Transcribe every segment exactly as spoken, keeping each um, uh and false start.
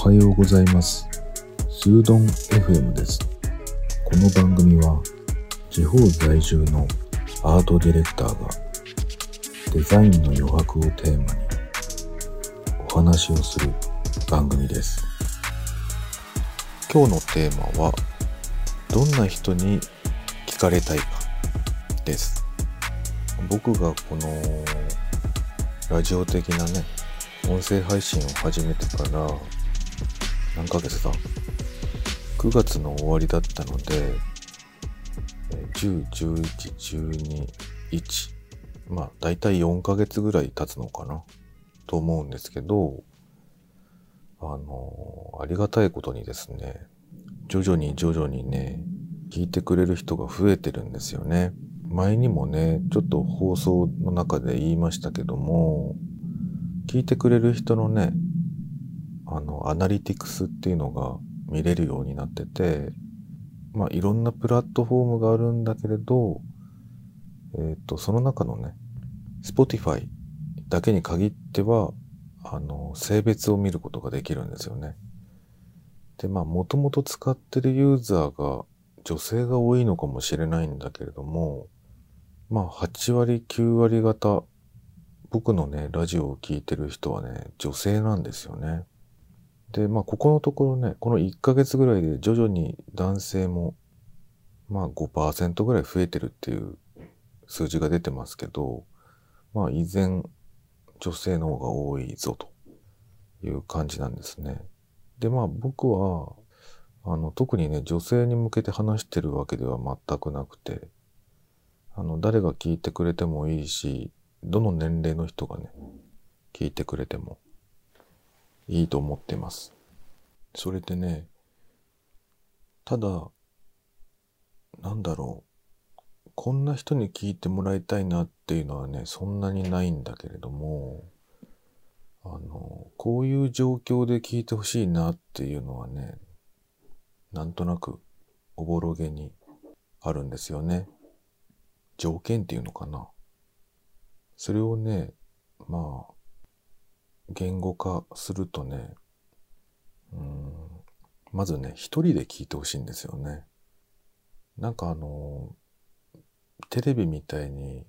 はようございます。スードン エフエム です。この番組は地方在住のアートディレクターがデザインの余白をテーマにお話をする番組です。今日のテーマはどんな人に聞かれたいかです。僕がこのラジオ的なね音声配信を始めてから何ヶ月だくがつの終わりだったのでじゅう、じゅういち、じゅうに、いちまあだいたいよんかげつぐらい経つのかなと思うんですけど、あのありがたいことにですね、徐々に徐々にね聞いてくれる人が増えてるんですよね。前にもねちょっと放送の中で言いましたけども、聞いてくれる人のねあのアナリティクスっていうのが見れるようになってて、まあいろんなプラットフォームがあるんだけれど、えっとその中のね Spotify だけに限ってはあの性別を見ることができるんですよね。でまあもともと使ってるユーザーが女性が多いのかもしれないんだけれども、まあはちわりきゅうわり方僕のねラジオを聞いてる人はね女性なんですよね。でまあここのところねこのいっかげつぐらいで徐々に男性もまあ ごパーセント ぐらい増えてるっていう数字が出てますけど、まあ依然女性の方が多いぞという感じなんですね。でまあ僕はあの特にね女性に向けて話してるわけでは全くなくて、あの誰が聞いてくれてもいいし、どの年齢の人がね聞いてくれてもいいと思ってます。それでね、ただなんだろう、こんな人に聞いてもらいたいなっていうのはねそんなにないんだけれども、あのこういう状況で聞いてほしいなっていうのはねなんとなくおぼろげにあるんですよね。条件っていうのかな。それをねまあ言語化するとね、うーんまずね一人で聞いてほしいんですよね。なんかあのテレビみたいに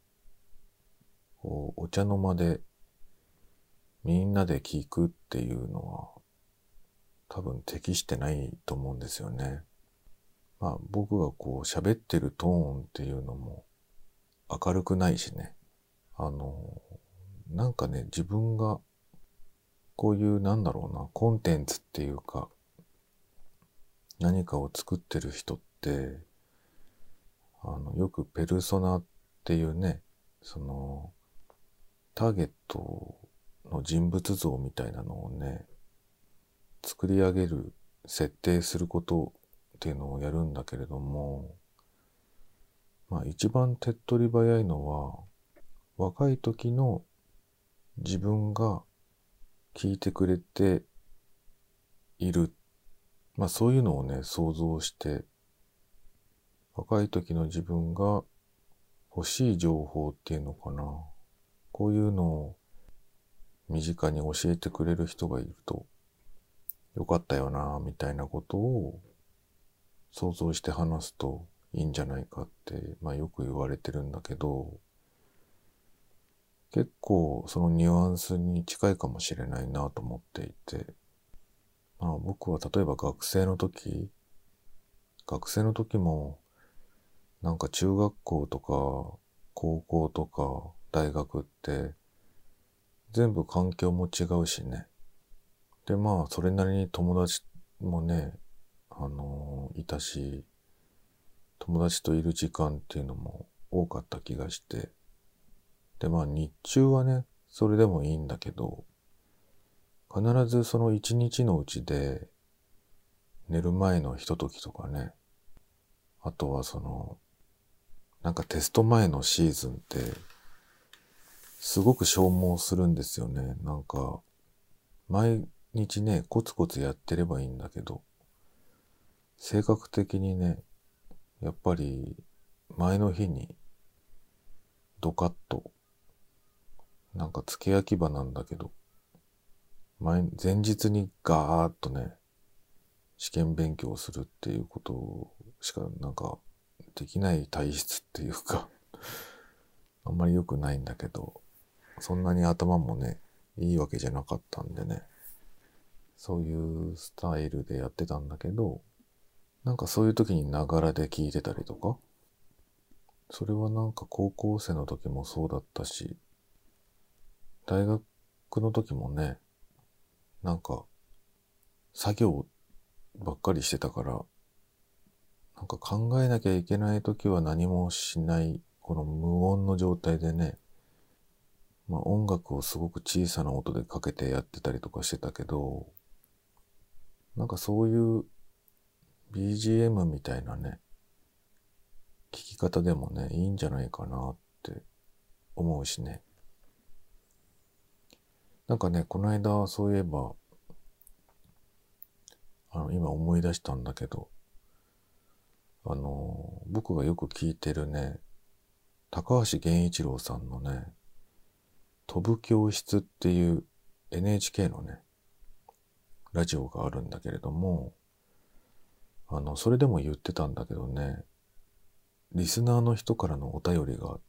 こうお茶の間でみんなで聞くっていうのは多分適してないと思うんですよね。まあ僕がこう喋ってるトーンっていうのも明るくないしね。あのなんかね自分がこういうなんだろうなコンテンツっていうか何かを作ってる人ってあのよくペルソナっていうねそのターゲットの人物像みたいなのをね作り上げる設定することっていうのをやるんだけれども、まあ一番手っ取り早いのは若い時の自分が聞いてくれている、まあそういうのをね想像して、若い時の自分が欲しい情報っていうのかな、こういうのを身近に教えてくれる人がいるとよかったよなみたいなことを想像して話すといいんじゃないかって、まあよく言われてるんだけど、結構そのニュアンスに近いかもしれないなと思っていて、まあ僕は例えば学生の時、学生の時もなんか中学校とか高校とか大学って全部環境も違うしね。でまあそれなりに友達もね、あのいたし、友達といる時間っていうのも多かった気がして、でまあ日中はねそれでもいいんだけど、必ずその一日のうちで寝る前のひとときとかね、あとはそのなんかテスト前のシーズンってすごく消耗するんですよね。なんか毎日ねコツコツやってればいいんだけど、性格的にねやっぱり前の日にドカッとなんか付け焼き場なんだけど前、前日にガーッとね、試験勉強をするっていうことしかなんかできない体質っていうか、あんまり良くないんだけど、そんなに頭もね、いいわけじゃなかったんでね、そういうスタイルでやってたんだけど、なんかそういう時にながらで聞いてたりとか、それはなんか高校生の時もそうだったし、大学の時もね、なんか作業ばっかりしてたから、なんか考えなきゃいけない時は何もしない、この無音の状態でね、まあ音楽をすごく小さな音でかけてやってたりとかしてたけど、なんかそういう ビージーエム みたいなね、聞き方でもね、いいんじゃないかなって思うしね。なんかね、この間そういえば、あの、今思い出したんだけど、あの、僕がよく聞いてるね、高橋源一郎さんのね、飛ぶ教室っていう エヌエイチケー のね、ラジオがあるんだけれども、あの、それでも言ってたんだけどね、リスナーの人からのお便りがあって、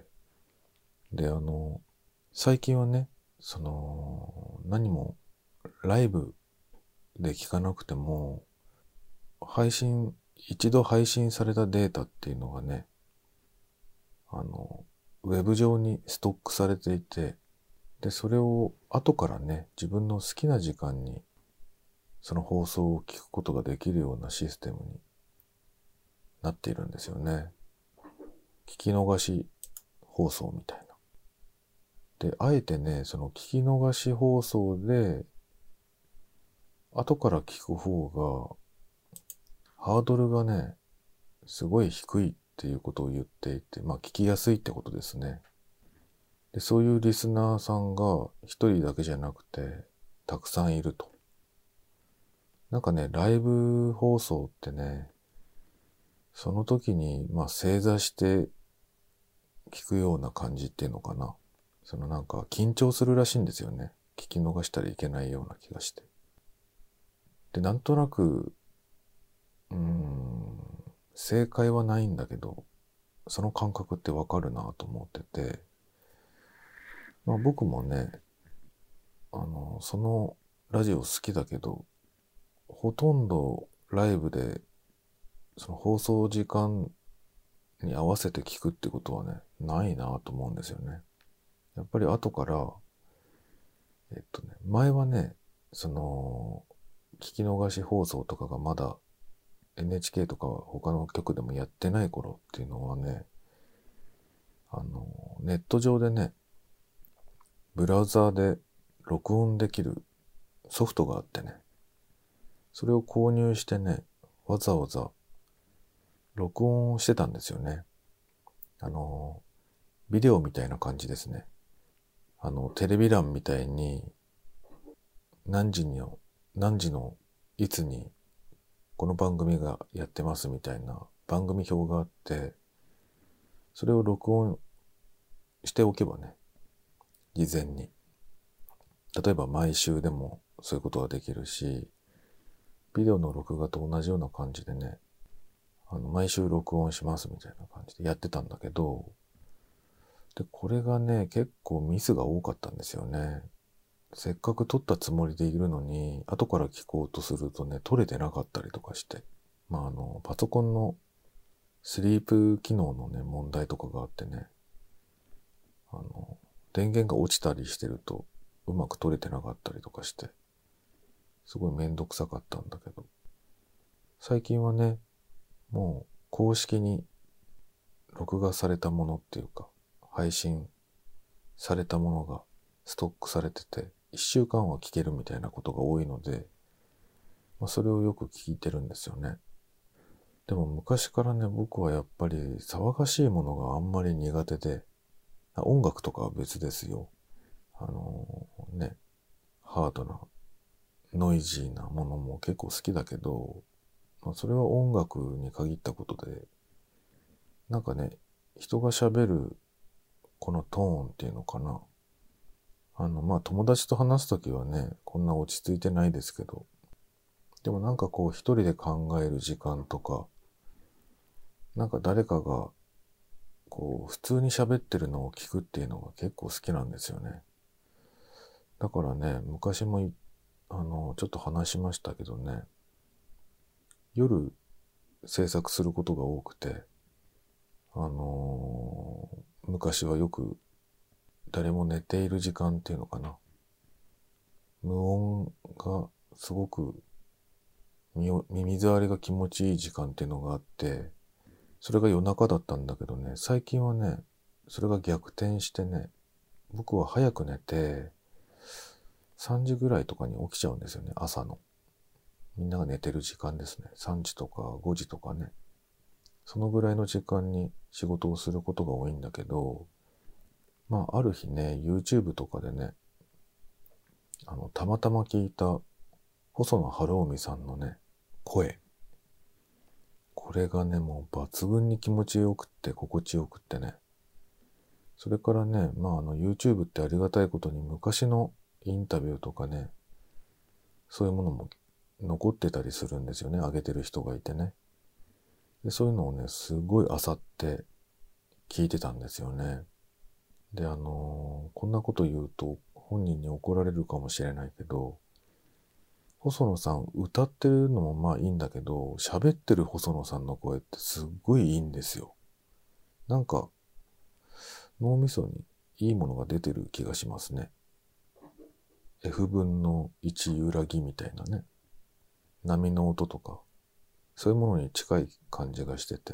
で、あの、最近はね、その、何もライブで聞かなくても、配信、一度配信されたデータっていうのがね、あの、ウェブ上にストックされていて、で、それを後からね、自分の好きな時間にその放送を聞くことができるようなシステムになっているんですよね。聞き逃し放送みたいな。で、あえてね、その聞き逃し放送で、後から聞く方が、ハードルがね、すごい低いっていうことを言っていて、まあ聞きやすいってことですね。で、そういうリスナーさんが一人だけじゃなくて、たくさんいると。なんかね、ライブ放送ってね、その時に、まあ正座して聞くような感じっていうのかな。そのなんか緊張するらしいんですよね。聞き逃したらいけないような気がして。で、なんとなく、うーん、正解はないんだけど、その感覚ってわかるなと思ってて、まあ僕もね、あの、そのラジオ好きだけど、ほとんどライブで、その放送時間に合わせて聞くってことはね、ないなと思うんですよね。やっぱり後から、えっとね、前はね、その、聞き逃し放送とかがまだ エヌエイチケー とか他の局でもやってない頃っていうのはね、あの、ネット上でね、ブラウザーで録音できるソフトがあってね、それを購入してね、わざわざ録音をしてたんですよね。あの、ビデオみたいな感じですね。あの、テレビ欄みたいに、何時に、何時のいつにこの番組がやってますみたいな番組表があって、それを録音しておけばね、事前に。例えば毎週でもそういうことができるし、ビデオの録画と同じような感じでね、あの、毎週録音しますみたいな感じでやってたんだけど、で、これがね、結構ミスが多かったんですよね。せっかく撮ったつもりでいるのに、後から聞こうとするとね、撮れてなかったりとかして。まあ、あの、パソコンのスリープ機能のね、問題とかがあってね、あの、電源が落ちたりしてると、うまく撮れてなかったりとかして、すごいめんどくさかったんだけど、最近はね、もう公式に録画されたものっていうか、配信されたものがストックされてて、一週間は聞けるみたいなことが多いので、まあ、それをよく聞いてるんですよね。でも昔からね、僕はやっぱり騒がしいものがあんまり苦手で、音楽とかは別ですよ。あのー、ね、ハードな、ノイジーなものも結構好きだけど、まあ、それは音楽に限ったことで、なんかね、人が喋るこのトーンっていうのかな。 あの、まあ友達と話すときはね、こんな落ち着いてないですけど、でもなんかこう一人で考える時間とか、なんか誰かがこう普通に喋ってるのを聞くっていうのが結構好きなんですよね。だからね、昔もいあの、ちょっと話しましたけどね、夜制作することが多くて、あのー昔はよく誰も寝ている時間っていうのかな。無音がすごく耳耳障りが気持ちいい時間っていうのがあって、それが夜中だったんだけどね、最近はね、それが逆転してね、僕は早く寝て、さんじぐらいとかに起きちゃうんですよね、朝の。みんなが寝てる時間ですね。さんじとかごじとかね。そのぐらいの時間に仕事をすることが多いんだけど、まあ、ある日ね、YouTube とかでね、あの、たまたま聞いた細野晴臣さんのね、声。これがね、もう抜群に気持ちよくって、心地よくってね。それからね、まあ、あの、YouTube ってありがたいことに昔のインタビューとかね、そういうものも残ってたりするんですよね、上げてる人がいてね。で、そういうのをね、すごい漁って聞いてたんですよね。で、あのーこんなこと言うと本人に怒られるかもしれないけど、細野さん歌ってるのもまあいいんだけど、喋ってる細野さんの声ってすっごいいいんですよ。なんか脳みそにいいものが出てる気がしますね。F 分のいち揺らぎみたいなね。波の音とか、そういうものに近い感じがしてて。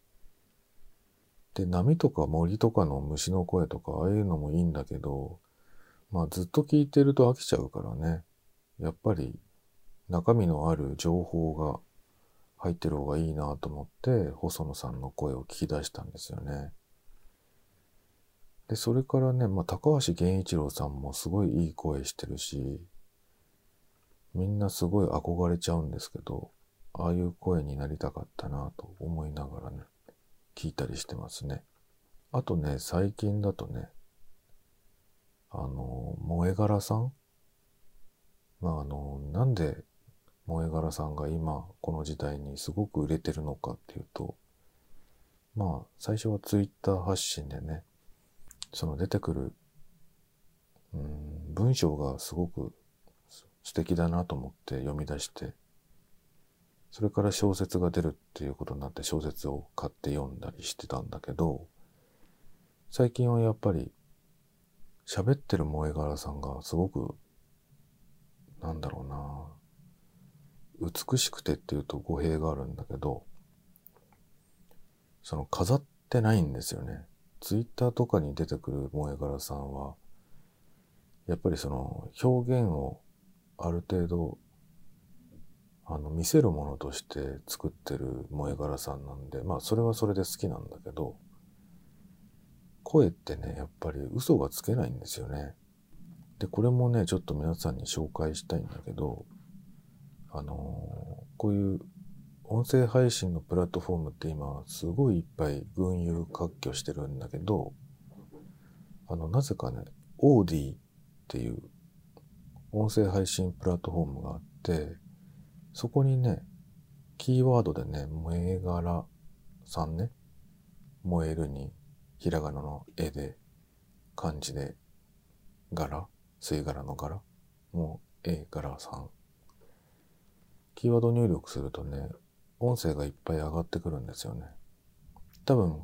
で、波とか森とかの虫の声とか、ああいうのもいいんだけど、まあずっと聞いてると飽きちゃうからね。やっぱり中身のある情報が入ってる方がいいなと思って、細野さんの声を聞き出したんですよね。で、それからね、まあ高橋源一郎さんもすごいいい声してるし、みんなすごい憧れちゃうんですけど、ああいう声になりたかったなと思いながらね、聞いたりしてますね。あとね、最近だとね、あの、萌え柄さんまああの、なんで萌え柄さんが今この時代にすごく売れてるのかっていうと、まあ最初はツイッター発信でね、その出てくる、うん、文章がすごく素敵だなと思って読み出して、それから小説が出るっていうことになって小説を買って読んだりしてたんだけど、最近はやっぱり喋ってる萌え柄さんがすごく、なんだろうな、美しくてっていうと語弊があるんだけど、その飾ってないんですよね。ツイッターとかに出てくる萌え柄さんは、やっぱりその表現をある程度、あの見せるものとして作ってる萌え柄さんなんで、まあそれはそれで好きなんだけど、声ってね、やっぱり嘘がつけないんですよね。で、これもね、ちょっと皆さんに紹介したいんだけど、あのーこういう音声配信のプラットフォームって今、すごいいっぱい群雄割拠してるんだけど、あの、なぜかね、オーディっていう音声配信プラットフォームがあって、そこにね、キーワードでね、萌え柄さんね、燃えるに、ひらがなの絵で、漢字で柄、吸い殻の柄、もう絵柄さん。キーワード入力するとね、音声がいっぱい上がってくるんですよね。多分、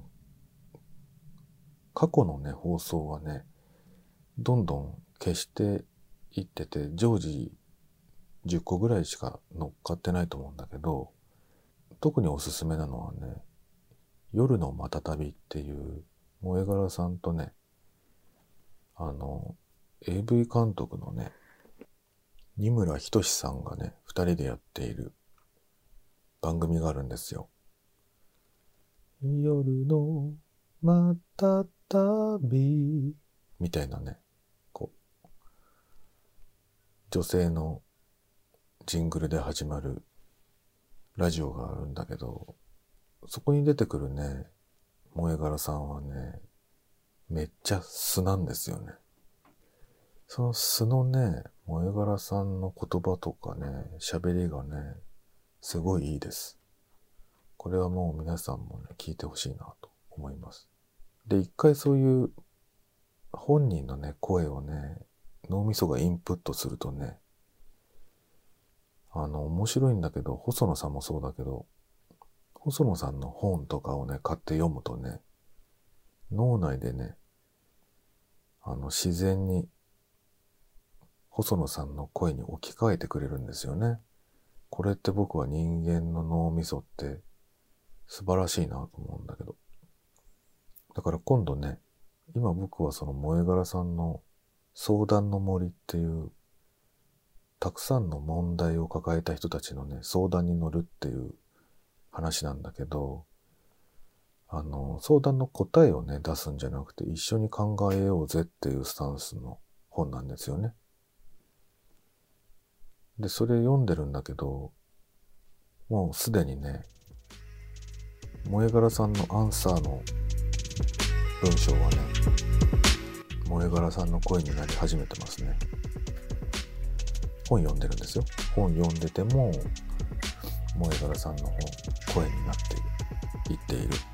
過去のね、放送はね、どんどん消していってて、常時じゅっこぐらいしか乗っかってないと思うんだけど、特におすすめなのはね、夜のまたたびっていう萌え柄さんとね、あの、エーブイ 監督のね、二村仁さんがね、二人でやっている番組があるんですよ。夜のまたたびみたいなね、こう、女性のジングルで始まるラジオがあるんだけど、そこに出てくるね、萌え柄さんはね、めっちゃ素なんですよね。 その素のね、萌え柄さんの言葉とかね、喋りがね、すごいいいです。これはもう皆さんもね、聞いてほしいなと思います。で、一回そういう本人のね、声をね、脳みそがインプットするとね、あの、面白いんだけど、細野さんもそうだけど、細野さんの本とかをね、買って読むとね、脳内でね、あの、自然に、細野さんの声に置き換えてくれるんですよね。これって僕は人間の脳みそって素晴らしいなと思うんだけど。だから今度ね、今僕はその萌え柄さんの相談の森っていう、たくさんの問題を抱えた人たちのね、相談に乗るっていう話なんだけど、あの、相談の答えをね、出すんじゃなくて一緒に考えようぜっていうスタンスの本なんですよね。で、それ読んでるんだけど、もうすでにね、萌え柄さんのアンサーの文章はね、萌え柄さんの声になり始めてますね。本読んでるんですよ。本読んでても、萌え柄さんの本、声になっていっているっていう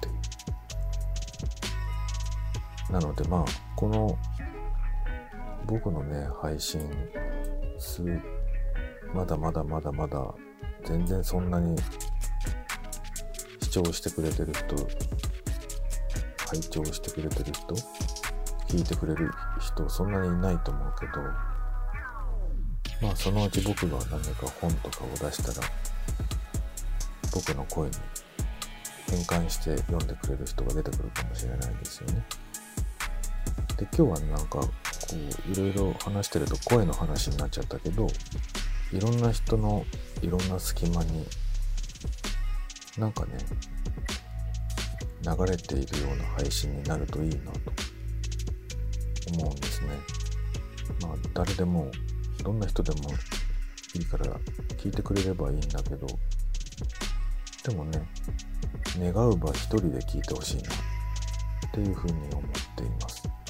。なのでまあ、この僕のね、配信数、まだまだまだまだ全然そんなに視聴してくれてる人、拝聴してくれてる人、聞いてくれる人そんなにいないと思うけど、まあそのうち僕が何か本とかを出したら僕の声に変換して読んでくれる人が出てくるかもしれないですよね。で、今日はなんかこういろいろ話してると声の話になっちゃったけど、いろんな人のいろんな隙間になんかね、流れているような配信になるといいなと思うんですね。まあ誰でもどんな人でもいいから聞いてくれればいいんだけど、でもね、願うば一人で聞いてほしいなっていうふうに思っています。